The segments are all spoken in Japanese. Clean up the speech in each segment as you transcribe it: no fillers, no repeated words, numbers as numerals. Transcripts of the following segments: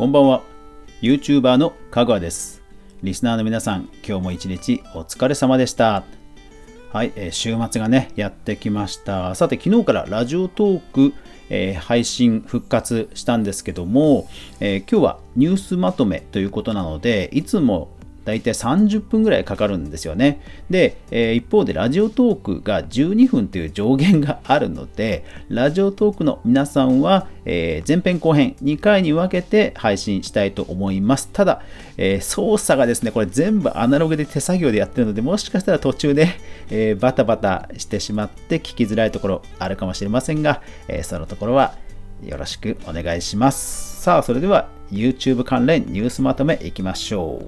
こんばんは。YouTuber のかぐわです。リスナーの皆さん、今日も一日お疲れ様でした。はい、週末がね、やってきました。さて、昨日からラジオトーク、配信復活したんですけども、今日はニュースまとめということなので、いつもだいたい30分ぐらいかかるんですよね。で、一方でラジオトークが12分という上限があるので、ラジオトークの皆さんは、前編後編2回に分けて配信したいと思います。ただ、操作がですね、これ全部アナログで手作業でやってるので、もしかしたら途中で、バタバタしてしまって聞きづらいところあるかもしれませんが、そのところはよろしくお願いします。さあ、それでは YouTube 関連ニュースまとめいきましょう。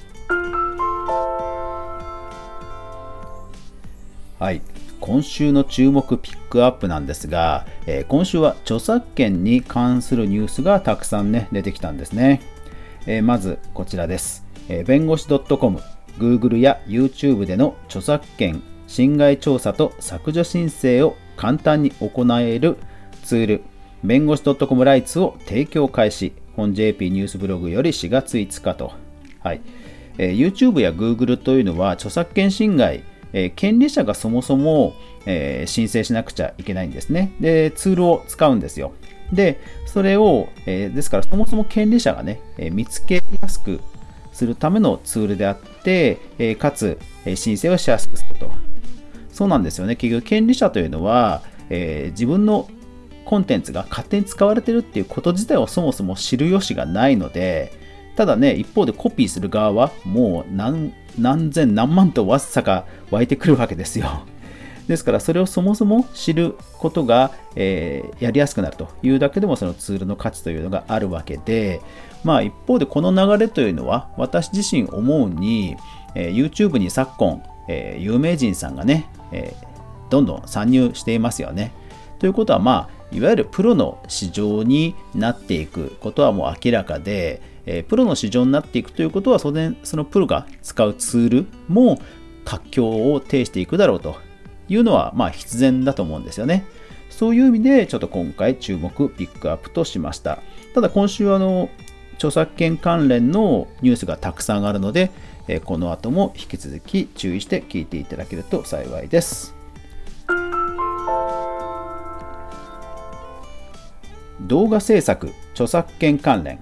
はい、今週の注目ピックアップなんですが、今週は著作権に関するニュースがたくさんね出てきたんですね。まずこちらです。弁護士 .com、Google や YouTube での著作権侵害調査と削除申請を簡単に行えるツール、弁護士 .com ライツを提供開始。本 JP ニュースブログより4月5日と。はい。YouTube や Google というのは著作権侵害、権利者がそもそも、申請しなくちゃいけないんですね。で、ツールを使うんですよ。で、それを、ですからそもそも権利者がね、見つけやすくするためのツールであって、かつ、申請をしやすくすると。そうなんですよね。結局権利者というのは、自分のコンテンツが勝手に使われているっていうこと自体をそもそも知る由がないので、ただね、一方でコピーする側はもう何千何万とわっさか湧いてくるわけですよ。ですからそれをそもそも知ることが、やりやすくなるというだけでもそのツールの価値というのがあるわけで、まあ一方でこの流れというのは私自身思うに、YouTube に昨今、有名人さんがね、どんどん参入していますよね。ということはまあいわゆるプロの市場になっていくことはもう明らかで、プロの市場になっていくということはそのプロが使うツールも活況を呈していくだろうというのはまあ必然だと思うんですよね。そういう意味でちょっと今回注目ピックアップとしました。ただ今週は著作権関連のニュースがたくさんあるので、この後も引き続き注意して聞いていただけると幸いです。動画制作著作権関連。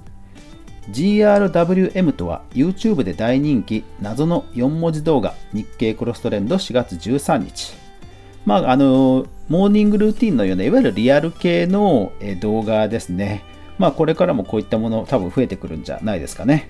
GRWM とは YouTube で大人気謎の4文字動画日経クロストレンド4月13日。モーニングルーティンのようないわゆるリアル系の動画ですね。これからもこういったもの多分増えてくるんじゃないですかね。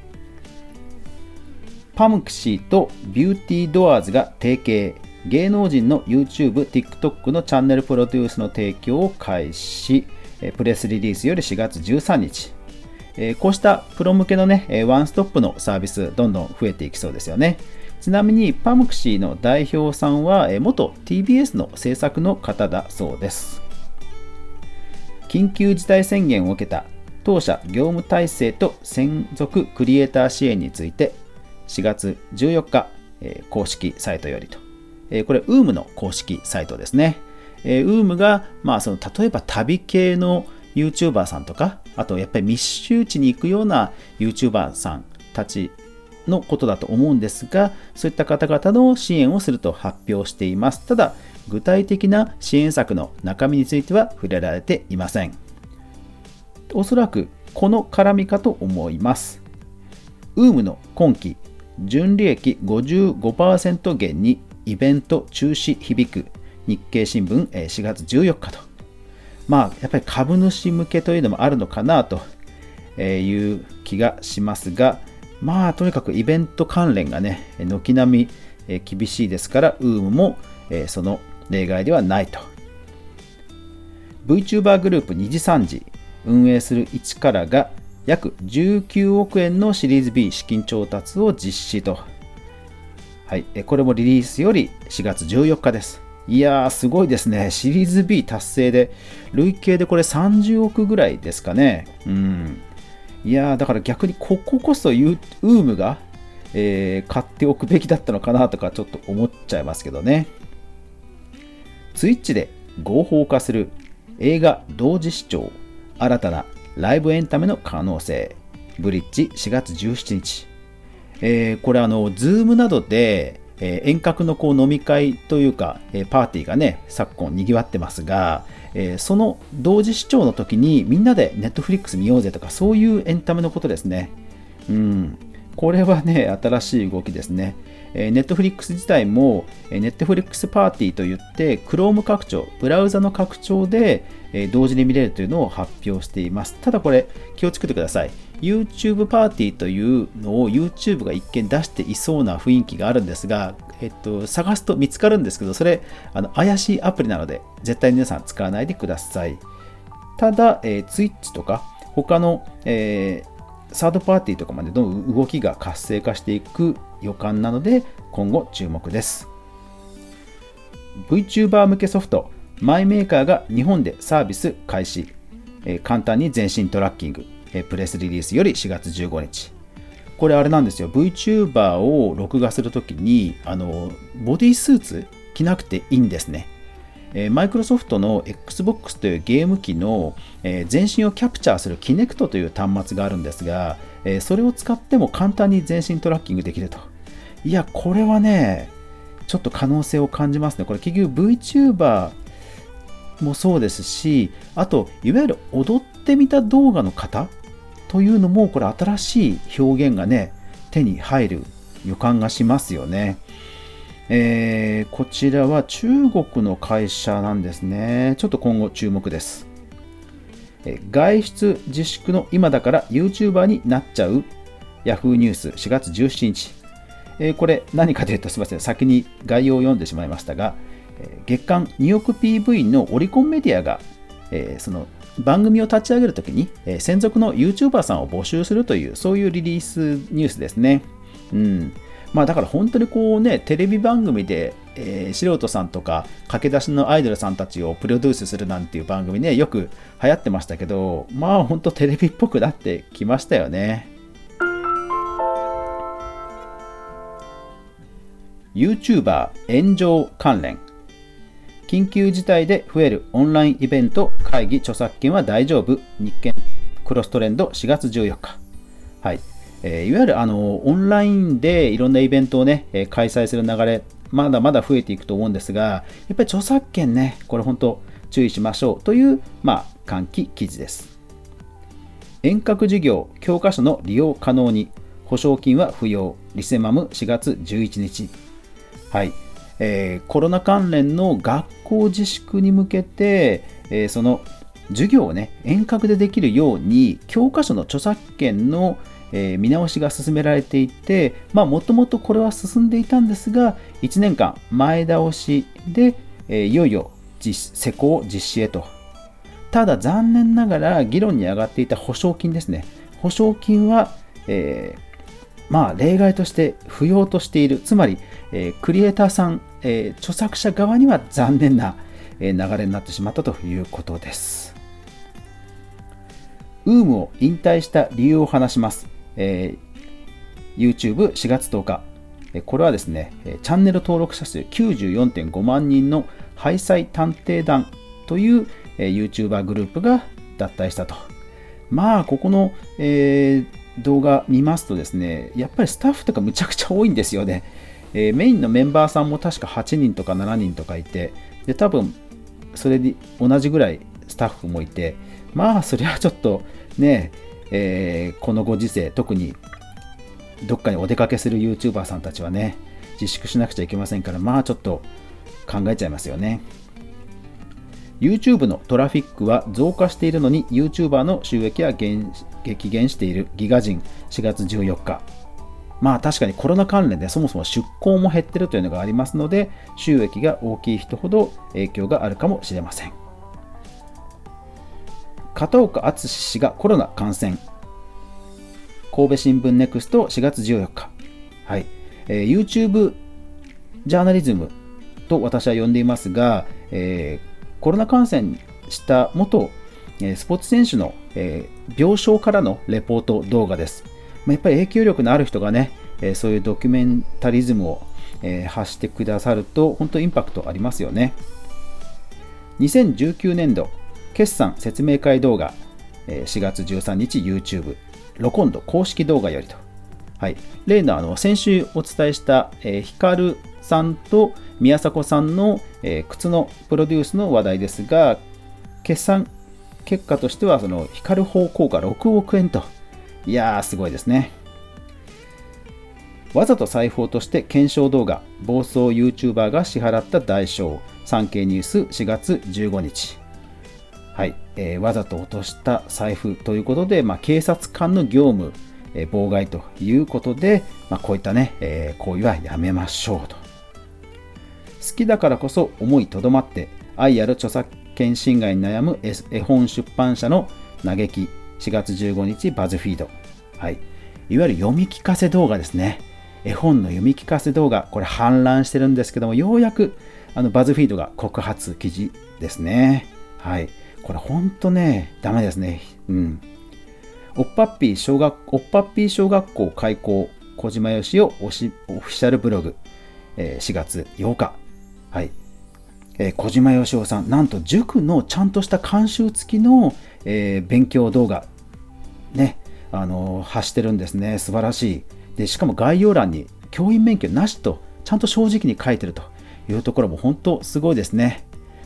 パムクシーとビューティードアーズが提携。芸能人の YouTube、TikTok のチャンネルプロデュースの提供を開始。プレスリリースより4月13日。こうしたプロ向けのね、ワンストップのサービス、どんどん増えていきそうですよね。ちなみに、パムクシーの代表さんは、元 TBS の制作の方だそうです。緊急事態宣言を受けた当社業務体制と専属クリエイター支援について、4月14日、公式サイトよりと。これ、UM の公式サイトですね。UM が、例えば旅系の YouTuber さんとか、あとやっぱり密集地に行くような YouTuber さんたちのことだと思うんですが、そういった方々の支援をすると発表しています。ただ、具体的な支援策の中身については触れられていません。おそらくこの絡みかと思います。UM の今期純利益 55% 減にイベント中止響く。日経新聞4月14日と。やっぱり株主向けというのもあるのかなという気がしますが、とにかくイベント関連がね、軒並み厳しいですから、UM もその例外ではないと。VTuber グループ2次3次運営する1からが約19億円のシリーズ B 資金調達を実施と。はい、これもリリースより4月14日です。いやー、すごいですね。シリーズ B 達成で、累計でこれ30億ぐらいですかね。いやー、だから逆にこここそUM が、買っておくべきだったのかなとかちょっと思っちゃいますけどね。Twitch で合法化する映画同時視聴、新たなライブエンタメの可能性。ブリッジ4月17日。これZoom などで、遠隔の飲み会というか、パーティーがね、昨今賑わってますが、その同時視聴の時にみんなで Netflix 見ようぜとか、そういうエンタメのことですね。これはね、新しい動きですね。Netflix 自体も Netflix パーティーといって Chrome 拡張、ブラウザの拡張で同時に見れるというのを発表しています。ただこれ気をつけてください。YouTube パーティーというのを YouTube が一見出していそうな雰囲気があるんですが、探すと見つかるんですけど、それ怪しいアプリなので絶対に皆さん使わないでください。ただ、Twitch とか他の、サードパーティーとかまでどんどん動きが活性化していく予感なので今後注目です。 VTuber 向けソフトマイメーカーが日本でサービス開始。簡単に全身トラッキング。プレスリリースより4月15日。これあれなんですよ。 VTuber を録画するときにボディスーツ着なくていいんですね。マイクロソフトの Xbox というゲーム機の全身をキャプチャーする Kinect という端末があるんですが、それを使っても簡単に全身トラッキングできると。いや、これはね、ちょっと可能性を感じますね。これ結局 VTuber もそうですし、あといわゆる踊ってみた動画の方というのもこれ新しい表現がね、手に入る予感がしますよね。こちらは中国の会社なんですね。ちょっと今後注目です。外出自粛の今だから YouTuber になっちゃう Yahoo ニュース4月17日。これ何かというと、すみません、先に概要を読んでしまいましたが、月間2億 PV のオリコンメディアが、その番組を立ち上げるときに、専属の YouTuber さんを募集するという、そういうリリースニュースですね。だから本当にテレビ番組で、素人さんとか駆け出しのアイドルさんたちをプロデュースするなんていう番組ね、よく流行ってましたけど、本当テレビっぽくなってきましたよね。YouTuber 炎上関連。緊急事態で増えるオンラインイベント会議著作権は大丈夫。日経クロストレンド4月14日。はい。いわゆるオンラインでいろんなイベントをね、開催する流れ、まだまだ増えていくと思うんですが、やっぱり著作権ね、これ本当注意しましょうという、喚起記事です。遠隔授業、教科書の利用可能に、保証金は不要。リセマム4月11日。はい。コロナ関連の学校自粛に向けて、その授業をね、遠隔でできるように、教科書の著作権の見直しが進められていて、もともとこれは進んでいたんですが、1年間前倒しで、いよいよ施行実施へと。ただ残念ながら議論に上がっていた保証金ですね。保証金は、例外として不要としている。つまり、クリエイターさん、著作者側には残念な流れになってしまったということです。UM を引退した理由を話します。YouTube4 月10日。これはですね、チャンネル登録者数 94.5 万人のハイサイ探偵団という、YouTuber グループが脱退したと。ここの、動画見ますとですね、やっぱりスタッフとかむちゃくちゃ多いんですよね。メインのメンバーさんも確か8人とか7人とかいて、で多分それに同じぐらいスタッフもいて、それはちょっとね、このご時世、特にどっかにお出かけする YouTuber さんたちはね、自粛しなくちゃいけませんから、ちょっと考えちゃいますよね。YouTube のトラフィックは増加しているのに YouTuber の収益は激減している。ギガ人4月14日。確かにコロナ関連でそもそも出向も減っているというのがありますので、収益が大きい人ほど影響があるかもしれません。片岡敦氏がコロナ感染。神戸新聞ネクスト4月14日。はい。YouTube ジャーナリズムと私は呼んでいますが、コロナ感染した元スポーツ選手の病床からのレポート動画です。やっぱり影響力のある人がね、そういうドキュメンタリズムを発してくださると本当にインパクトありますよね。2019年度決算説明会動画 4月13日 YouTube ロコンド公式動画よりと。はい、例の先週お伝えした、ヒカルさんと宮迫さんの、靴のプロデュースの話題ですが、決算結果としてはそのヒカル法効果6億円と。いやーすごいですね。わざと財布を落として検証動画、暴走 YouTuber が支払った代償、産経ニュース4月15日。はい、わざと落とした財布ということで、警察官の業務、妨害ということで、こういったね、行為はやめましょうと。好きだからこそ思いとどまって愛ある著作権侵害に悩む絵本出版社の嘆き、4月15日バズフィード。はい、いわゆる読み聞かせ動画ですね。絵本の読み聞かせ動画、これ氾濫してるんですけども、ようやくバズフィードが告発記事ですね。はい、これほんとね、ダメですね。おっぱっぴー小学校開校、小島よしおオフィシャルブログ、4月8日。はい、小島よしおさん、なんと塾のちゃんとした監修付きの、勉強動画、ね、発してるんですね。素晴らしい。で、しかも概要欄に教員免許なしとちゃんと正直に書いてるというところも本当すごいですね。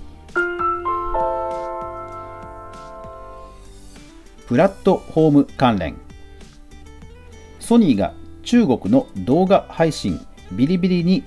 プラットフォーム関連。ソニーが中国の動画配信ビリビリに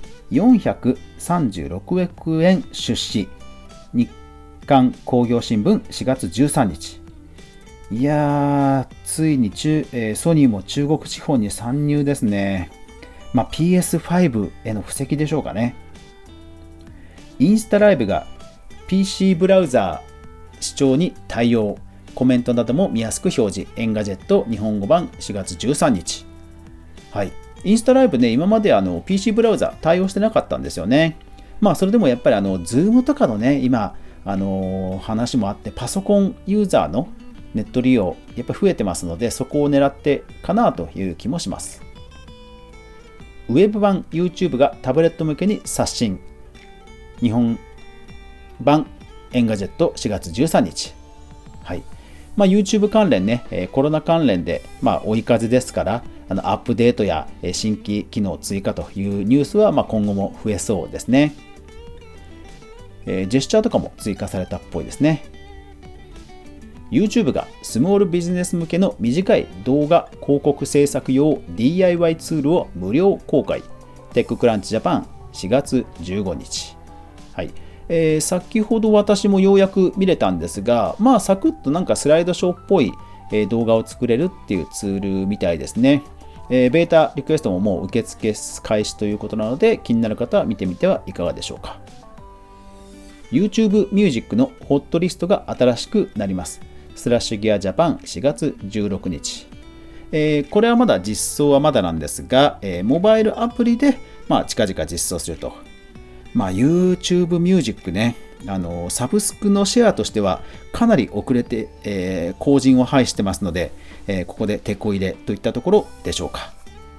436億円出資。日刊工業新聞4月13日。いやー、ついにソニーも中国地方に参入ですね。PS5 への布石でしょうかね。インスタライブが PC ブラウザー視聴に対応。コメントなども見やすく表示。エンガジェット日本語版4月13日。はい。インスタライブね、今までPC ブラウザ対応してなかったんですよね。それでもやっぱりZoom とかのね、今、話もあって、パソコンユーザーのネット利用、やっぱり増えてますので、そこを狙ってかなという気もします。ウェブ版 YouTube がタブレット向けに刷新。日本版エンガジェット4月13日。はい。YouTube 関連ね、コロナ関連で、追い風ですから、アップデートや新規機能追加というニュースは、今後も増えそうですね。ジェスチャーとかも追加されたっぽいですね。YouTube がスモールビジネス向けの短い動画広告制作用 DIY ツールを無料公開。テッククランチジャパン4月15日。はい。先ほど私もようやく見れたんですが、サクッとなんかスライドショーっぽい動画を作れるっていうツールみたいですね。ベータリクエストももう受付開始ということなので、気になる方は見てみてはいかがでしょうか。YouTube ミュージックのホットリストが新しくなります。スラッシュギアジャパン4月16日。これはまだ実装はまだなんですが、モバイルアプリで近々実装すると。YouTube ミュージックね、サブスクのシェアとしてはかなり遅れて、後塵を拝してますので、ここで手こ入れといったところでしょうか。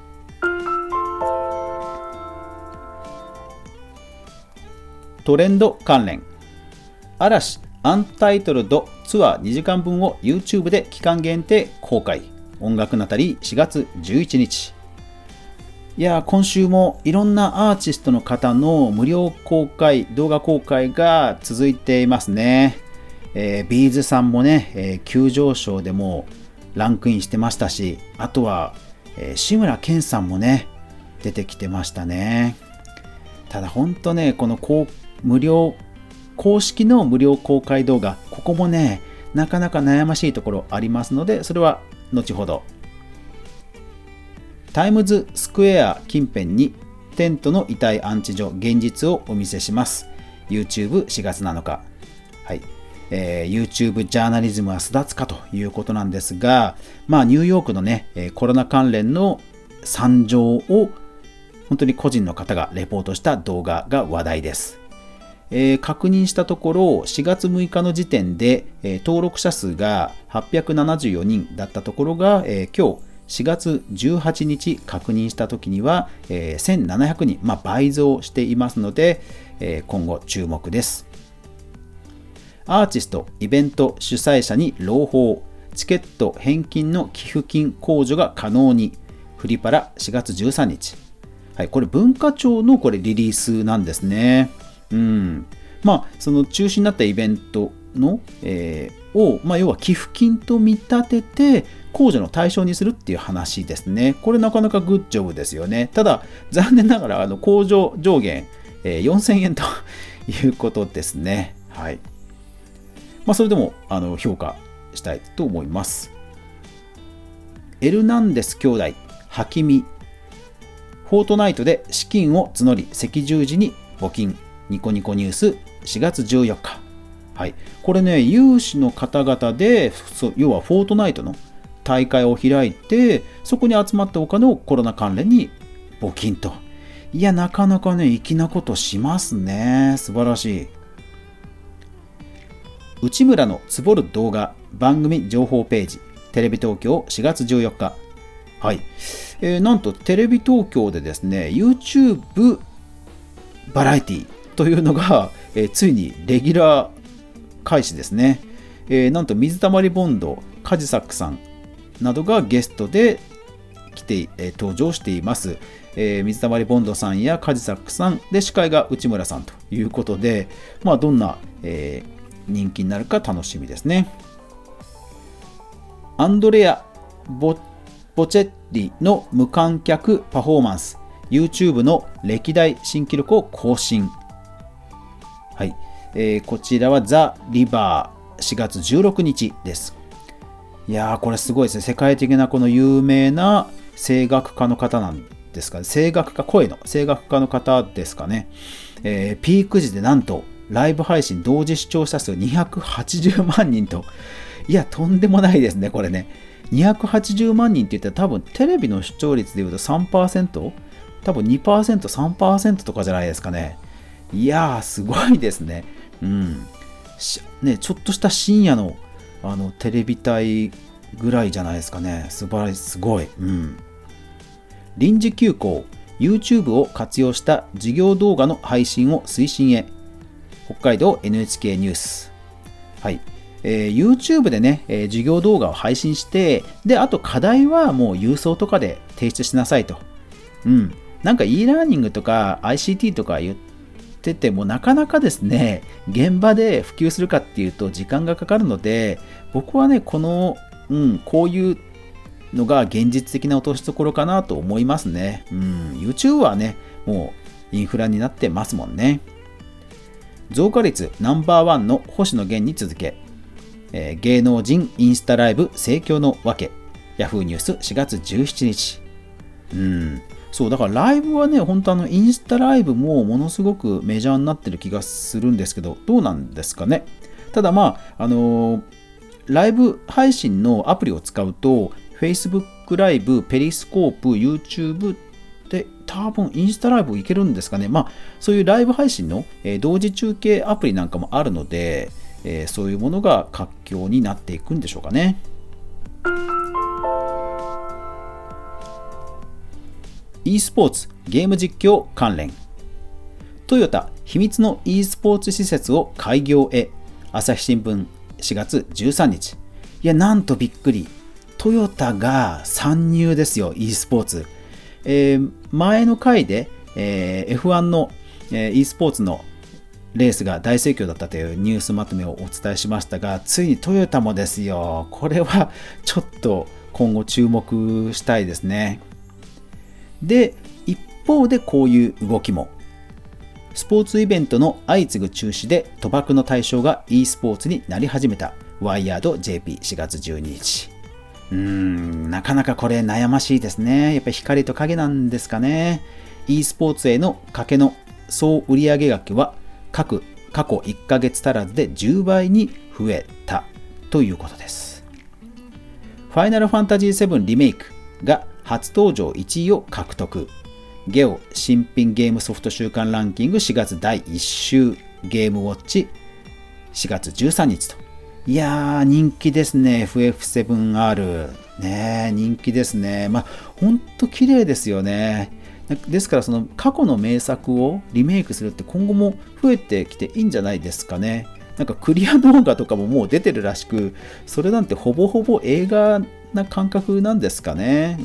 トレンド関連。嵐アンタイトルドツアー2時間分を YouTube で期間限定公開。音楽ナタリー4月11日。いや、今週もいろんなアーティストの方の無料公開、動画公開が続いていますね。ビーズさんもね、急上昇でもランクインしてましたし、あとは、志村けんさんもね、出てきてましたね。ただ本当ね、この公式の無料公開動画、ここもね、なかなか悩ましいところありますので、それは後ほど。タイムズスクエア近辺にテントの遺体安置所現実をお見せします。YouTube4 月7日。はい。YouTube ジャーナリズムは巣立つかということなんですが、ニューヨークのね、コロナ関連の惨状を本当に個人の方がレポートした動画が話題です。確認したところ4月6日の時点で、登録者数が874人だったところが、今日4月18日確認した時には、1700人、倍増していますので、今後注目です。アーティスト、イベント主催者に朗報。 チケット返金の寄付金控除が可能に。フリパラ4月13日。はい、これ文化庁のリリースなんですね。その中止になったイベントの、要は寄付金と見立てて控除の対象にするっていう話ですね。これなかなかグッジョブですよね。ただ残念ながら控除上限、4000円ということですね。はい。それでも評価したいと思います。エルナンデス兄弟、ハキミ。フォートナイトで資金を募り赤十字に募金。ニコニコニュース4月14日。はい。これね、有志の方々で、要はフォートナイトの大会を開いて、そこに集まったお金をコロナ関連に募金と。いや、なかなかね、粋なことしますね。素晴らしい。内村のつぼる動画番組情報ページ。テレビ東京4月14日。はい。なんとテレビ東京でですね、YouTube バラエティというのが、ついにレギュラー開始ですね。なんと水溜りボンド、カジサックさんなどがゲストで来て、登場しています。水溜りボンドさんやカジサックさんで、司会が内村さんということで、どんな、人気になるか楽しみですね。アンドレア・ボチェッリの無観客パフォーマンス、YouTube の歴代新記録を更新。はい。こちらはザ・リバー4月16日です。いやー、これすごいですね。世界的なこの有名な声楽家の方なんですかね。声の声楽家の方ですかね。ピーク時でなんとライブ配信同時視聴者数280万人と。いや、とんでもないですね、これね。280万人って言ったら多分テレビの視聴率でいうと 3%？ 多分 2%、3% とかじゃないですかね。いやー、すごいですね。ね、ちょっとした深夜のテレビ台ぐらいじゃないですかね。すごい。臨時休校、YouTube を活用した授業動画の配信を推進へ。北海道 NHK ニュース。はい。YouTube でね、授業動画を配信して、で、あと課題はもう郵送とかで提出しなさいと。なんか e ラーニングとか ICT とか言っててもなかなかですね、現場で普及するかっていうと時間がかかるので、僕はね、こういうのが現実的な落としどころかなと思いますね。YouTube はね、もうインフラになってますもんね。増加率ナンバーワンの星野源に続け、芸能人インスタライブ盛況のわけ。ヤフーニュース4月17日。そう、だからライブはね、本当インスタライブもものすごくメジャーになってる気がするんですけど、どうなんですかね。ただライブ配信のアプリを使うと、Facebook ライブ、ペリスコープ、YouTube で多分インスタライブいけるんですかね。そういうライブ配信の、同時中継アプリなんかもあるので、そういうものが活況になっていくんでしょうかね。e スポーツゲーム実況関連。トヨタ秘密の e スポーツ施設を開業へ。朝日新聞4月13日。いや、なんとびっくり。トヨタが参入ですよ、e スポーツ。前の回で、F1 の、e スポーツのレースが大盛況だったというニュースまとめをお伝えしましたが、ついにトヨタもですよ。これはちょっと今後注目したいですね。で、一方でこういう動きも。スポーツイベントの相次ぐ中止で賭博の対象が e スポーツになり始めた。ワイヤード JP4 月12日。なかなかこれ悩ましいですね。やっぱり光と影なんですかね。e スポーツへの賭けの総売上額は過去1ヶ月足らずで10倍に増えたということです。ファイナルファンタジー7リメイクが初登場1位を獲得。ゲオ新品ゲームソフト週間ランキング4月第1週ゲームウォッチ4月13日と。いやー、人気ですね。FF7R。ね、人気ですね。ほんと綺麗ですよね。ですからその過去の名作をリメイクするって今後も増えてきていいんじゃないですかね。 なんかクリア動画とかももう出てるらしく、それなんてほぼほぼ映画な感覚なんですかね。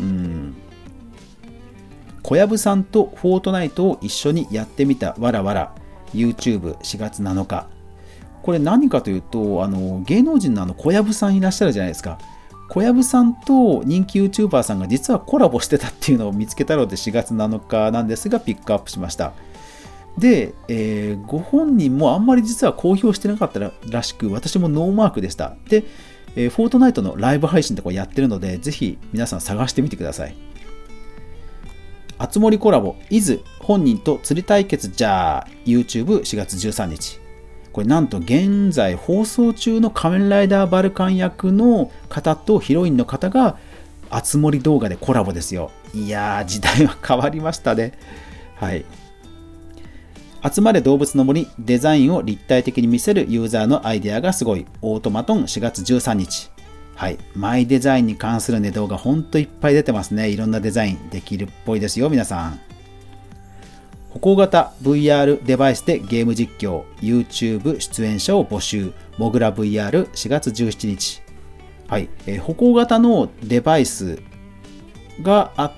小籔さんとフォートナイトを一緒にやってみたわらわら YouTube4 月7日。これ何かというと、芸能人の小籔さんいらっしゃるじゃないですか。小籔さんと人気 YouTuber さんが実はコラボしてたっていうのを見つけたので4月7日なんですがピックアップしました。で、ご本人もあんまり実は公表してなかったらしく、私もノーマークでした。で、フォートナイトのライブ配信とかやってるので、ぜひ皆さん探してみてください。あつ森コラボ、伊豆本人と釣り対決じゃあ YouTube4 月13日。これなんと現在放送中の仮面ライダーバルカン役の方とヒロインの方があつ森動画でコラボですよ。いやー、時代は変わりましたね。はい。集まれ動物の森、デザインを立体的に見せるユーザーのアイデアがすごい。オートマトン4月13日。はい。マイデザインに関するね、動画ほんといっぱい出てますね。いろんなデザインできるっぽいですよ、皆さん。歩行型 VR デバイスでゲーム実況、YouTube 出演者を募集、モグラ VR4 月17日。はい。歩行型のデバイスがあって、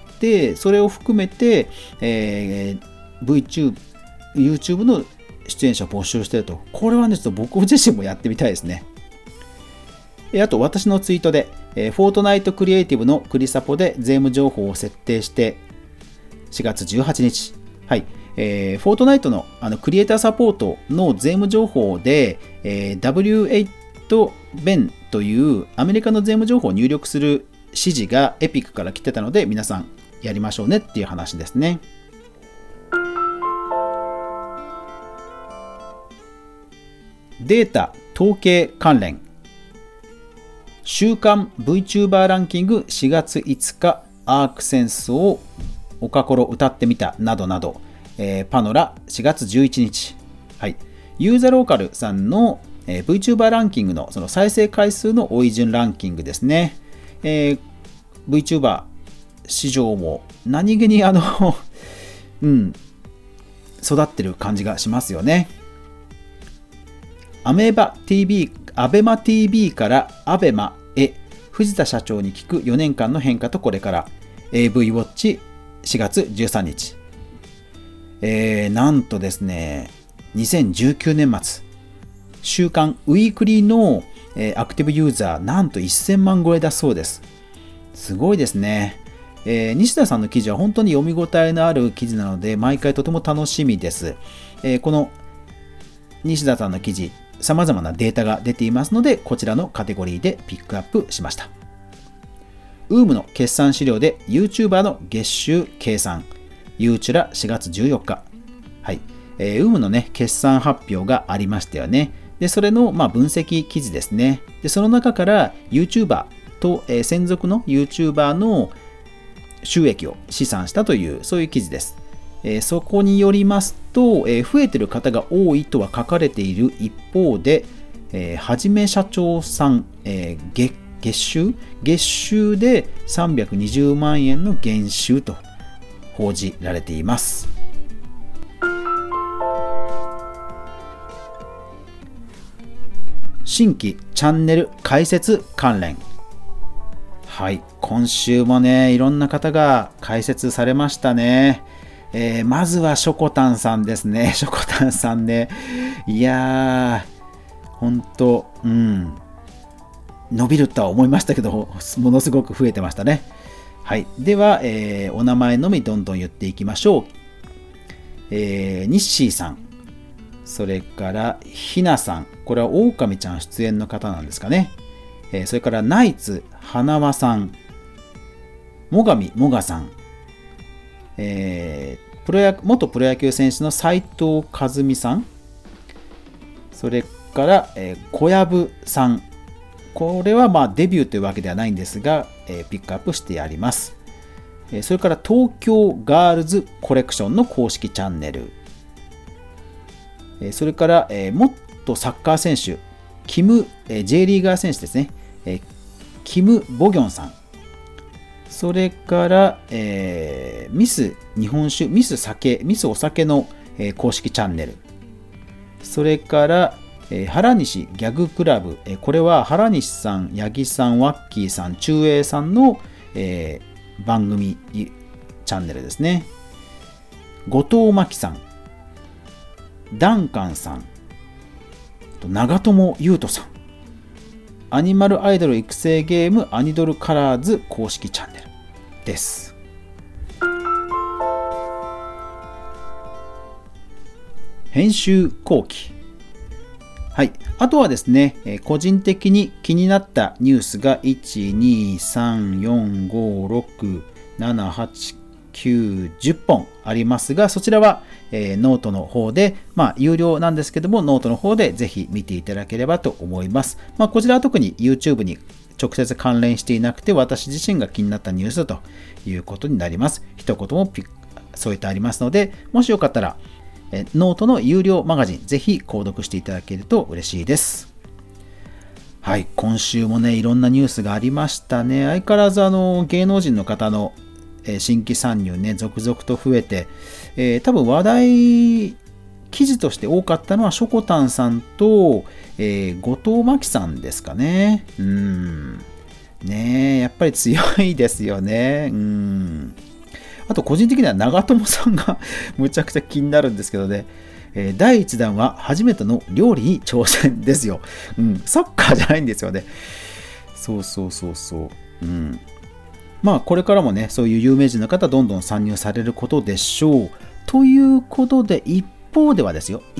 それを含めて、YouTube の出演者を募集していると。これはね、ちょっと僕自身もやってみたいですね。あと、私のツイートで、フォートナイトクリエイティブのクリサポで税務情報を設定して、4月18日。はい。フォートナイトのクリエイターサポートの税務情報で、W8 弁というアメリカの税務情報を入力する指示がエピックから来てたので、皆さんやりましょうねっていう話ですね。データ統計関連、週間 VTuber ランキング4月5日、アーク戦争、おかころ歌ってみたなどなど、パノラ4月11日、はい、ユーザローカルさんの、VTuber ランキングのその再生回数の多い順ランキングですね。VTuber 市場も何気に育ってる感じがしますよね。アベマ TV からアベマへ、藤田社長に聞く4年間の変化とこれから、AV ウォッチ4月13日。なんとですね、2019年末、週間ウィークリーの、アクティブユーザー、なんと1000万超えだそうです。すごいですね。西田さんの記事は本当に読み応えのある記事なので、毎回とても楽しみです。この西田さんの記事、様々なデータが出ていますので、こちらのカテゴリーでピックアップしました。UM の決算資料で YouTuber の月収計算、ユーチュラ4月14日。はい。UM のね、決算発表がありましたよね。で、それの、分析記事ですね。で、その中から YouTuber と、専属の YouTuber の収益を試算したという、そういう記事です。そこによりますと、増えている方が多いとは書かれている一方で、はじめ社長さん、月収で320万円の減収と報じられています。新規チャンネル開設関連。はい、今週もね、いろんな方が開設されましたね。まずはショコタンさんですね。ショコタンさんね。いやー、ほんと、伸びるとは思いましたけど、ものすごく増えてましたね。はい。では、お名前のみどんどん言っていきましょう。ニッシーさん。それから、ひなさん。これはオオカミちゃん出演の方なんですかね。それから、ナイツ、花輪さん。もがみもがさん。元プロ野球選手の斉藤和美さん。それから、小籔さん。これはデビューというわけではないんですが、ピックアップしてあります。それから東京ガールズコレクションの公式チャンネル。それから、元サッカー選手、J リーガー選手ですね。キム・ボギョンさん。それから、ミス日本酒、ミスお酒の、公式チャンネル。それから、 原西ギャグクラブ、これは原西さん、八木さん、ワッキーさん、中英さんの、番組チャンネルですね。後藤真希さん、ダンカンさん、長友佑都さん、アニマルアイドル育成ゲームアニドルカラーズ公式チャンネルです。編集後期。はい。あとはですね、個人的に気になったニュースが1、2、3、4、5、6、7、8、9、10本ありますが、そちらは、ノートの方で、有料なんですけども、ノートの方でぜひ見ていただければと思います。こちらは特に YouTube に直接関連していなくて、私自身が気になったニュースということになります。一言も添えてありますので、もしよかったら、ノートの有料マガジン、ぜひ購読していただけると嬉しいです。はい、今週もね、いろんなニュースがありましたね。相変わらず芸能人の方の新規参入ね、続々と増えて、多分話題記事として多かったのはしょこたんさんと、後藤真希さんですかね。ねえ、やっぱり強いですよね。あと個人的には長友さんがむちゃくちゃ気になるんですけどね。第1弾は初めての料理に挑戦ですよ。サッカーじゃないんですよね。そう。これからもね、そういう有名人の方どんどん参入されることでしょう。ということで、一方では、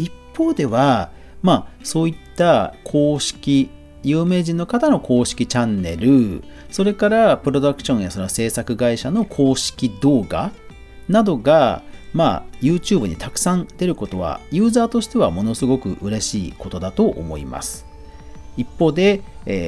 そういった公式、有名人の方の公式チャンネル、それからプロダクションやその制作会社の公式動画などが、YouTube にたくさん出ることは、ユーザーとしてはものすごく嬉しいことだと思います。一方で、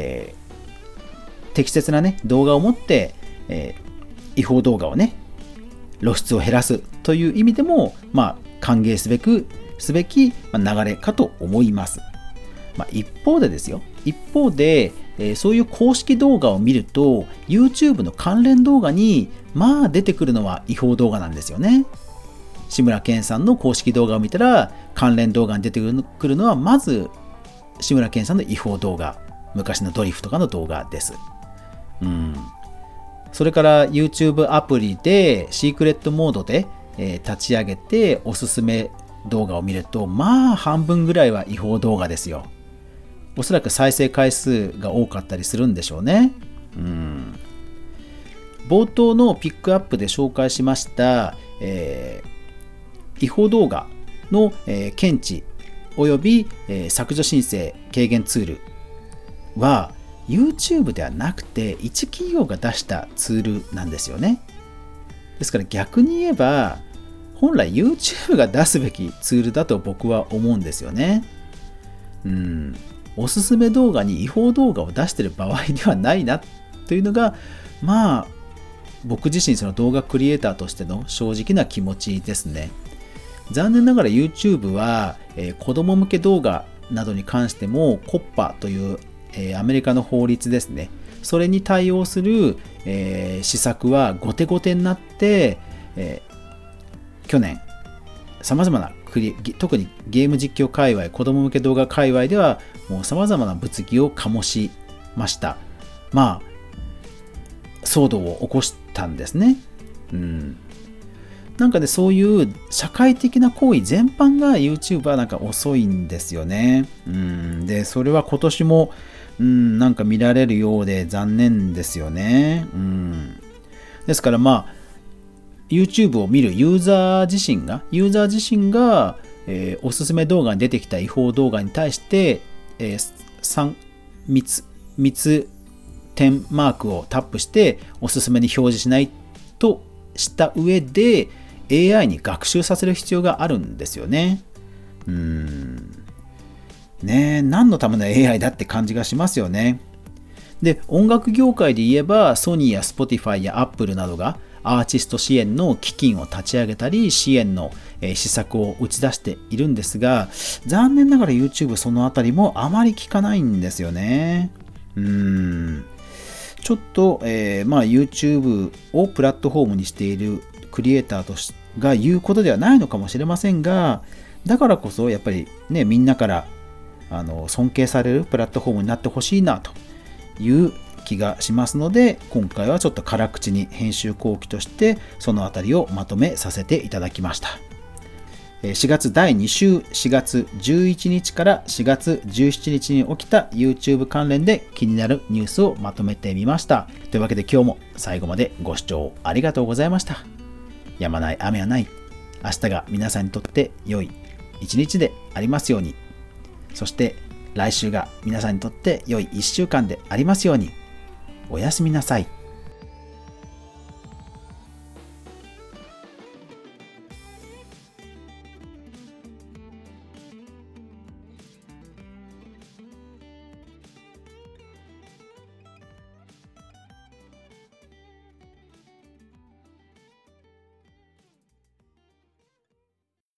適切なね、動画を持って、違法動画をね、露出を減らすという意味でも、歓迎すべき流れかと思います。一方で、そういう公式動画を見ると YouTube の関連動画に出てくるのは違法動画なんですよね。志村けんさんの公式動画を見たら関連動画に出てくるのはまず志村けんさんの違法動画、昔のドリフとかの動画です。それから YouTube アプリでシークレットモードで、立ち上げておすすめ動画を見ると半分ぐらいは違法動画ですよ。おそらく再生回数が多かったりするんでしょうね。冒頭のピックアップで紹介しました、違法動画の、検知および、削除申請軽減ツールは YouTube ではなくて一企業が出したツールなんですよね。ですから逆に言えば本来 YouTube が出すべきツールだと僕は思うんですよね。おすすめ動画に違法動画を出している場合ではないなというのが僕自身その動画クリエイターとしての正直な気持ちですね。残念ながら YouTube は、子供向け動画などに関しても COPPA という、アメリカの法律ですね。それに対応する、施策は後手後手になって、去年様々な特にゲーム実況界隈、子供向け動画界隈ではもう様々な物議を醸しました。騒動を起こしたんですね。そういう社会的な行為全般が YouTube は遅いんですよね。で、それは今年も見られるようで残念ですよね。ですからYouTube を見るユーザー自身が、おすすめ動画に出てきた違法動画に対して、密点マークをタップしておすすめに表示しないとした上で AI に学習させる必要があるんですよね。何のための AI だって感じがしますよね。で、音楽業界で言えばソニーや Spotify や Apple などがアーティスト支援の基金を立ち上げたり支援の施策を打ち出しているんですが、残念ながら YouTube そのあたりもあまり効かないんですよね。ちょっと、YouTube をプラットフォームにしているクリエイターとして言うことではないのかもしれませんが、だからこそやっぱりね、みんなから尊敬されるプラットフォームになってほしいなという気がしますので、今回はちょっと辛口に編集後期としてそのあたりをまとめさせていただきました。4月第2週、4月11日から4月17日に起きた YouTube 関連で気になるニュースをまとめてみました。というわけで今日も最後までご視聴ありがとうございました。止まない雨はない。明日が皆さんにとって良い一日でありますように。そして来週が皆さんにとって良い1週間でありますように。おやすみなさい。